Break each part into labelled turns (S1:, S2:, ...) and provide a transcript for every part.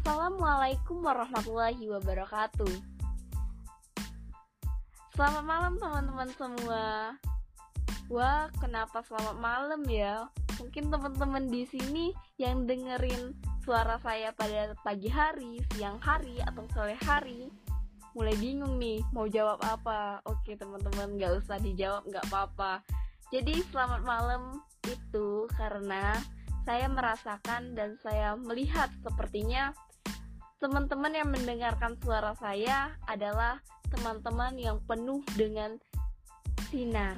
S1: Assalamualaikum warahmatullahi wabarakatuh. Selamat malam teman-teman semua. Wah, kenapa selamat malam ya? Mungkin teman-teman di sini yang dengerin suara saya pada pagi hari, siang hari, atau sore hari mulai bingung nih mau jawab apa. Oke teman-teman, gak usah dijawab, gak apa-apa. Jadi selamat malam itu karena saya merasakan dan saya melihat sepertinya teman-teman yang mendengarkan suara saya adalah teman-teman yang penuh dengan sinar.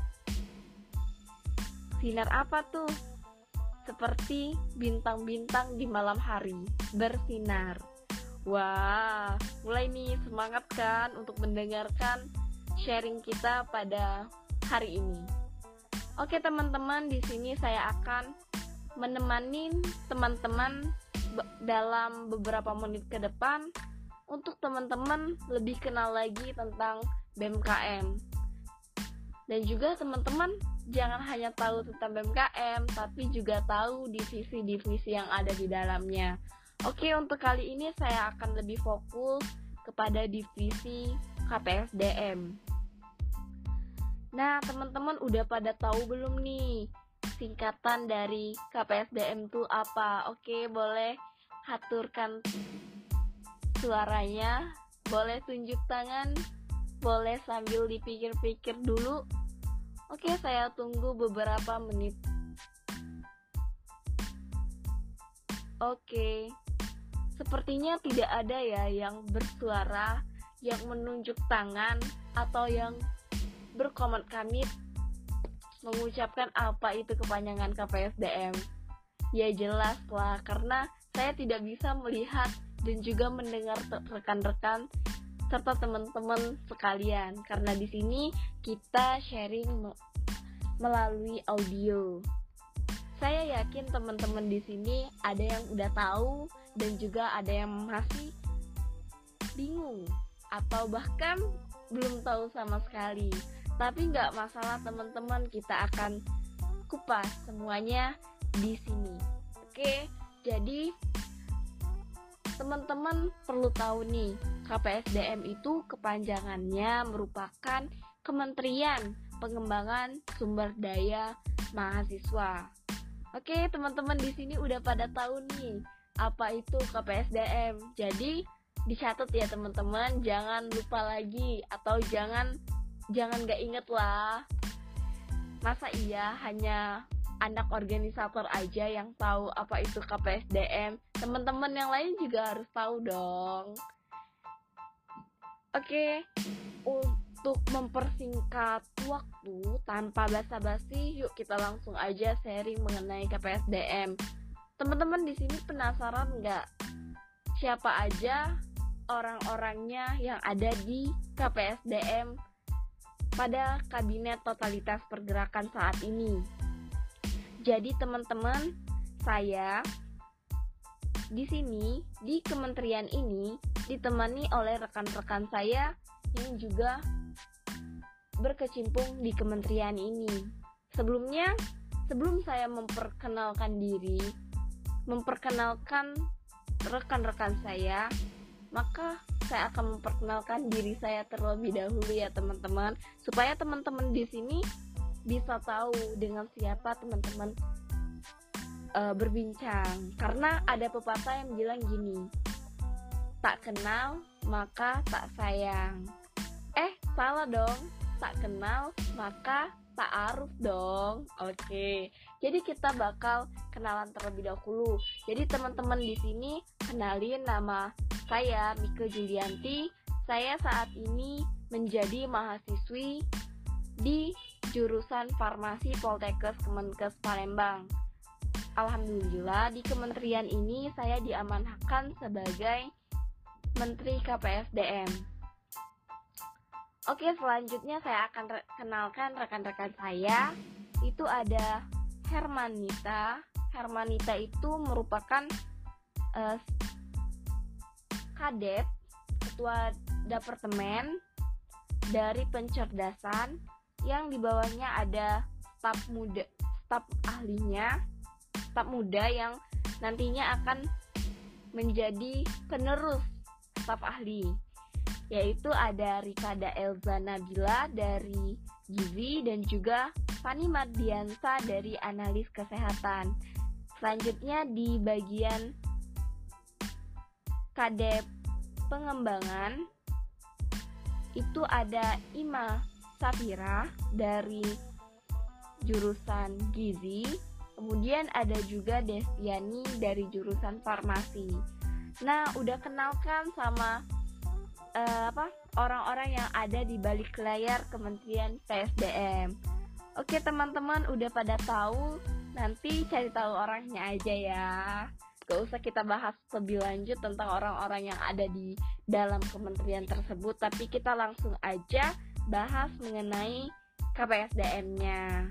S1: Sinar apa tuh? Seperti bintang-bintang di malam hari bersinar. Wah, mulai nih semangat kan untuk mendengarkan sharing kita pada hari ini. Oke teman-teman, di sini saya akan menemani teman-teman dalam beberapa menit ke depan untuk teman-teman lebih kenal lagi tentang BMKM. Dan juga teman-teman jangan hanya tahu tentang BMKM, tapi juga tahu divisi-divisi yang ada di dalamnya. Oke, untuk kali ini saya akan lebih fokus kepada divisi KPSDM. Nah, teman-teman udah pada tahu belum nih singkatan dari KPSDM itu apa? Oke, boleh haturkan suaranya, boleh tunjuk tangan, boleh sambil dipikir-pikir dulu. Oke, saya tunggu beberapa menit. Oke, sepertinya tidak ada ya yang bersuara, yang menunjuk tangan, atau yang berkomit mengucapkan apa itu kepanjangan KPSDM. Ya jelas lah, karena saya tidak bisa melihat dan juga mendengar rekan-rekan serta teman-teman sekalian, karena di sini kita sharing melalui audio. Saya yakin teman-teman di sini ada yang udah tahu dan juga ada yang masih bingung atau bahkan belum tahu sama sekali. Tapi nggak masalah teman-teman, kita akan kupas semuanya di sini. Oke, jadi teman-teman perlu tahu nih, KPSDM itu kepanjangannya merupakan Kementerian Pengembangan Sumber Daya Mahasiswa. Oke, teman-teman di sini udah pada tahu nih apa itu KPSDM. Jadi dicatat ya teman-teman, jangan lupa lagi atau jangan gak inget lah. Masa iya hanya anak organisator aja yang tahu apa itu KPSDM? Teman-teman yang lain juga harus tahu dong. Oke, untuk mempersingkat waktu tanpa basa-basi, yuk kita langsung aja sharing mengenai KPSDM. Teman-teman di sini penasaran nggak siapa aja orang-orangnya yang ada di KPSDM pada Kabinet Totalitas Pergerakan saat ini? Jadi teman-teman, saya di sini di kementerian ini ditemani oleh rekan-rekan saya yang juga berkecimpung di kementerian ini. Sebelum saya memperkenalkan diri, memperkenalkan rekan-rekan saya, maka saya akan memperkenalkan diri saya terlebih dahulu ya teman-teman, supaya teman-teman di sini bisa tahu dengan siapa teman-teman berbincang. Karena ada pepatah yang bilang gini, tak kenal maka tak sayang. Salah dong, tak kenal maka tak aruf dong. Oke, jadi kita bakal kenalan terlebih dahulu. Jadi teman-teman di sini kenalin, nama saya Mika Julianti. Saya saat ini menjadi mahasiswi di jurusan Farmasi Poltekkes Kemenkes Palembang. Alhamdulillah di kementerian ini saya diamanahkan sebagai Menteri KPSDM. Oke, selanjutnya saya akan kenalkan rekan-rekan saya. Itu ada Hermanita. Hermanita itu merupakan Kadep, Ketua Departemen dari Pencerdasan, yang di bawahnya ada staf ahlinya, staf muda yang nantinya akan menjadi penerus staf ahli, yaitu ada Rikada Elza Nabila dari Gizi dan juga Fani Mardiansa dari Analis Kesehatan. Selanjutnya di bagian Kadep Pengembangan itu ada Ima Safira dari jurusan Gizi, kemudian ada juga Destiani dari jurusan Farmasi. Nah, udah kenalkan sama orang-orang yang ada di balik layar Kementerian PSDM. Oke teman-teman, udah pada tahu, nanti cari tahu orangnya aja ya. Gak usah kita bahas lebih lanjut tentang orang-orang yang ada di dalam kementerian tersebut, tapi kita langsung aja bahas mengenai KPSDM-nya.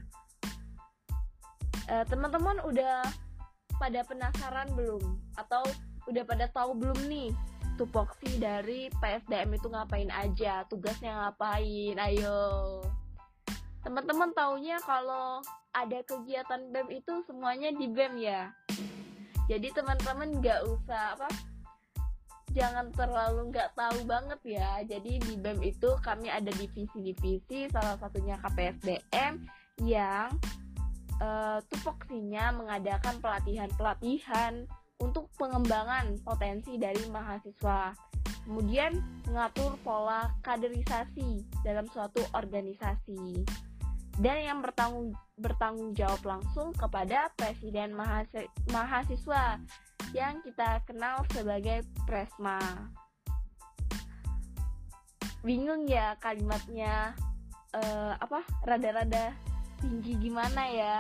S1: Teman-teman udah pada penasaran belum? Atau udah pada tahu belum nih tupoksi dari PSDM itu ngapain aja, tugasnya ngapain? Ayo. Teman-teman taunya kalau ada kegiatan BEM itu semuanya di BEM ya. Jadi teman-teman gak usah jangan terlalu gak tahu banget ya. Jadi di BEM itu kami ada divisi-divisi, salah satunya KPSDM yang tupoksinya mengadakan pelatihan-pelatihan untuk pengembangan potensi dari mahasiswa. Kemudian mengatur pola kaderisasi dalam suatu organisasi. Dan yang bertanggung jawab langsung kepada Presiden Mahasiswa yang kita kenal sebagai Presma. Bingung ya kalimatnya, rada-rada tinggi gimana ya.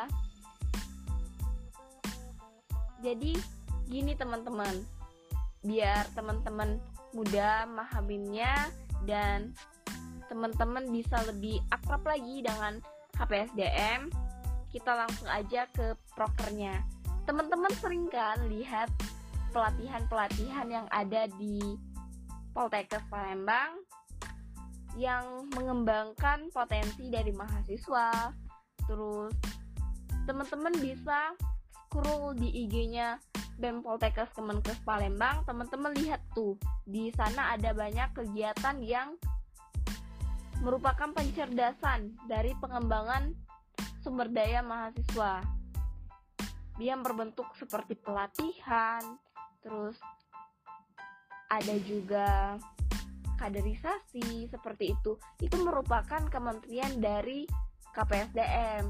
S1: Jadi gini teman-teman, biar teman-teman mudah mahaminnya dan teman-teman bisa lebih akrab lagi dengan KPSDM, kita langsung aja ke prokernya. Teman-teman sering kan lihat pelatihan-pelatihan yang ada di Poltekkes Palembang yang mengembangkan potensi dari mahasiswa. Terus teman-teman bisa scroll di IG-nya BEM Poltekkes Kemenkes Palembang, teman-teman lihat tuh, di sana ada banyak kegiatan yang merupakan pencerdasan dari pengembangan sumber daya mahasiswa. Dia berbentuk seperti pelatihan, terus ada juga kaderisasi seperti itu. Itu merupakan kementerian dari KPSDM.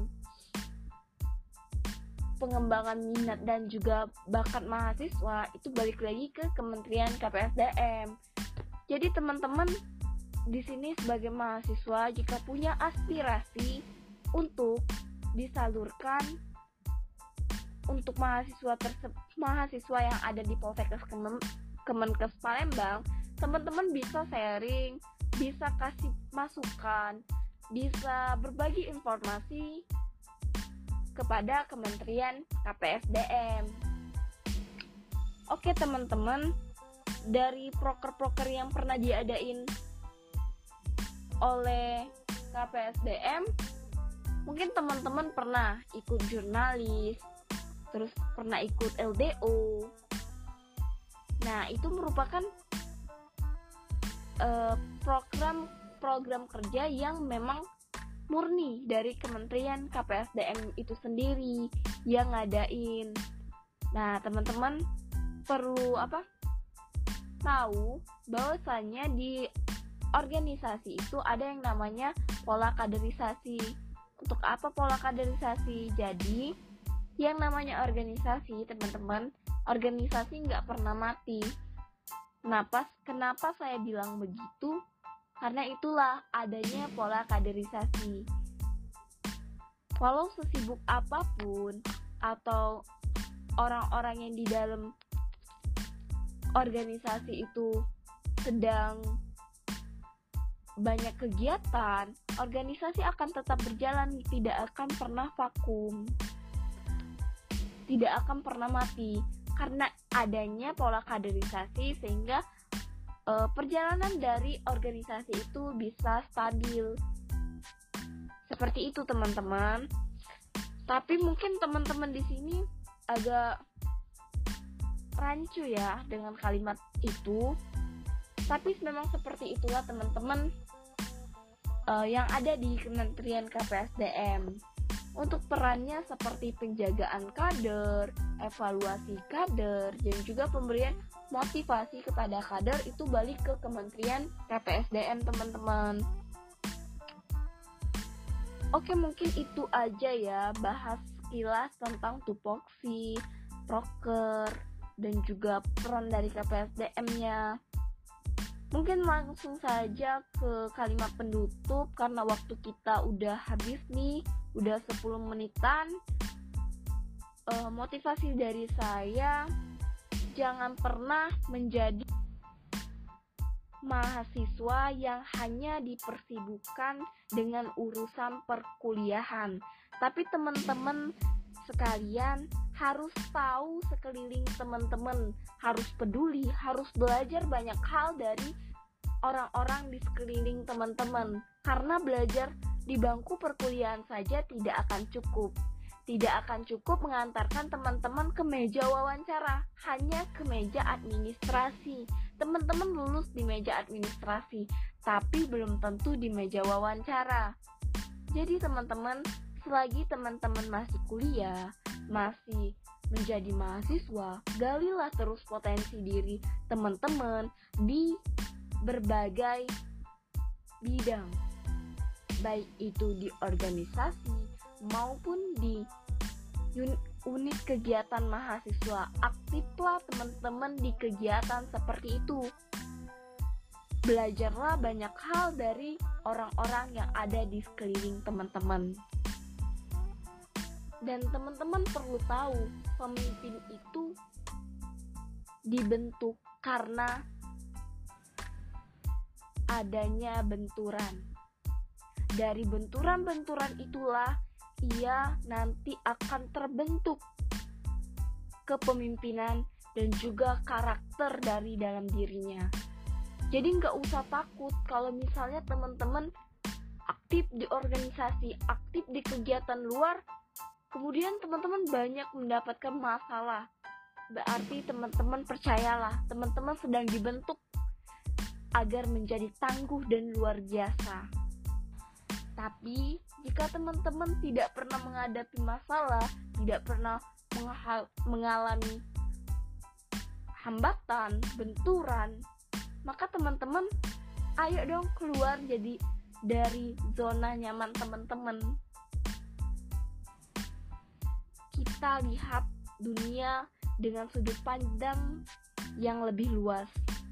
S1: Pengembangan minat dan juga bakat mahasiswa itu balik lagi ke Kementerian KPSDM. Jadi teman-teman di sini sebagai mahasiswa jika punya aspirasi untuk disalurkan untuk mahasiswa yang ada di Poltekkes Kemenkes Palembang, teman-teman bisa sharing, bisa kasih masukan, bisa berbagi informasi kepada Kementerian KPSDM. Oke teman-teman, dari proker-proker yang pernah diadain oleh KPSDM, mungkin teman-teman pernah ikut jurnalis, terus pernah ikut LDO. Nah, itu merupakan program kerja yang memang murni dari Kementerian KPSDM itu sendiri yang ngadain. Nah, teman-teman perlu tahu bahwasannya di organisasi itu ada yang namanya pola kaderisasi. Untuk apa pola kaderisasi? Jadi yang namanya organisasi, teman-teman, organisasi nggak pernah mati. Kenapa saya bilang begitu? Karena itulah adanya pola kaderisasi. Walau sesibuk apapun atau orang-orang yang di dalam organisasi itu sedang banyak kegiatan, organisasi akan tetap berjalan, tidak akan pernah vakum, tidak akan pernah mati, karena adanya pola kaderisasi sehingga perjalanan dari organisasi itu bisa stabil. Seperti itu teman-teman. Tapi mungkin teman-teman di sini agak rancu ya dengan kalimat itu, tapi memang seperti itulah teman-teman yang ada di Kementerian KPSDM. Untuk perannya seperti penjagaan kader, evaluasi kader, dan juga pemberian motivasi kepada kader itu balik ke Kementerian KPSDM teman-teman. Oke, mungkin itu aja ya bahas sekilas tentang tupoksi, proker, dan juga peran dari KPSDM-nya. Mungkin langsung saja ke kalimat penutup karena waktu kita udah habis nih, udah 10 menitan. Motivasi dari saya, jangan pernah menjadi mahasiswa yang hanya dipersibukkan dengan urusan perkuliahan. Tapi teman-teman sekalian harus tahu sekeliling teman-teman, harus peduli, harus belajar banyak hal dari orang-orang di sekeliling teman-teman. Karena belajar di bangku perkuliahan saja tidak akan cukup. Tidak akan cukup mengantarkan teman-teman ke meja wawancara, hanya ke meja administrasi. Teman-teman lulus di meja administrasi, tapi belum tentu di meja wawancara. Jadi teman-teman, selagi teman-teman masih kuliah, masih menjadi mahasiswa, galilah terus potensi diri teman-teman di berbagai bidang, baik itu di organisasi maupun di unit kegiatan mahasiswa. Aktiflah teman-teman di kegiatan seperti itu. Belajarlah banyak hal dari orang-orang yang ada di sekeliling teman-teman. Dan teman-teman perlu tahu, pemimpin itu dibentuk karena adanya benturan. Dari benturan-benturan itulah ia nanti akan terbentuk kepemimpinan dan juga karakter dari dalam dirinya. Jadi nggak usah takut kalau misalnya teman-teman aktif di organisasi, aktif di kegiatan luar, kemudian teman-teman banyak mendapatkan masalah. Berarti teman-teman percayalah, teman-teman sedang dibentuk agar menjadi tangguh dan luar biasa. Tapi jika teman-teman tidak pernah menghadapi masalah, tidak pernah mengalami hambatan, benturan, maka teman-teman ayo dong keluar jadi dari zona nyaman teman-teman. Kita lihat dunia dengan sudut pandang yang lebih luas.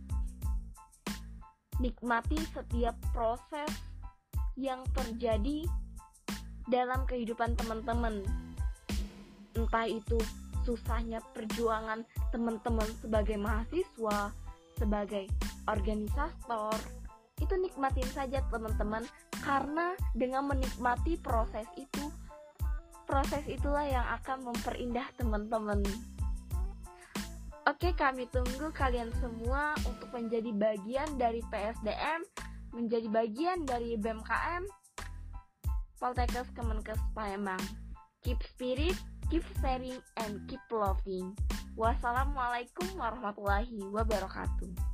S1: Nikmati setiap proses yang terjadi dalam kehidupan teman-teman. Entah itu susahnya perjuangan teman-teman sebagai mahasiswa, sebagai organisator, itu nikmatin saja teman-teman, karena dengan menikmati proses itulah yang akan memperindah teman-teman. Oke, kami tunggu kalian semua untuk menjadi bagian dari PSDM, menjadi bagian dari BMKM Poltekkes Kemenkes Palembang. Keep spirit, keep sharing, and keep loving. Wassalamualaikum warahmatullahi wabarakatuh.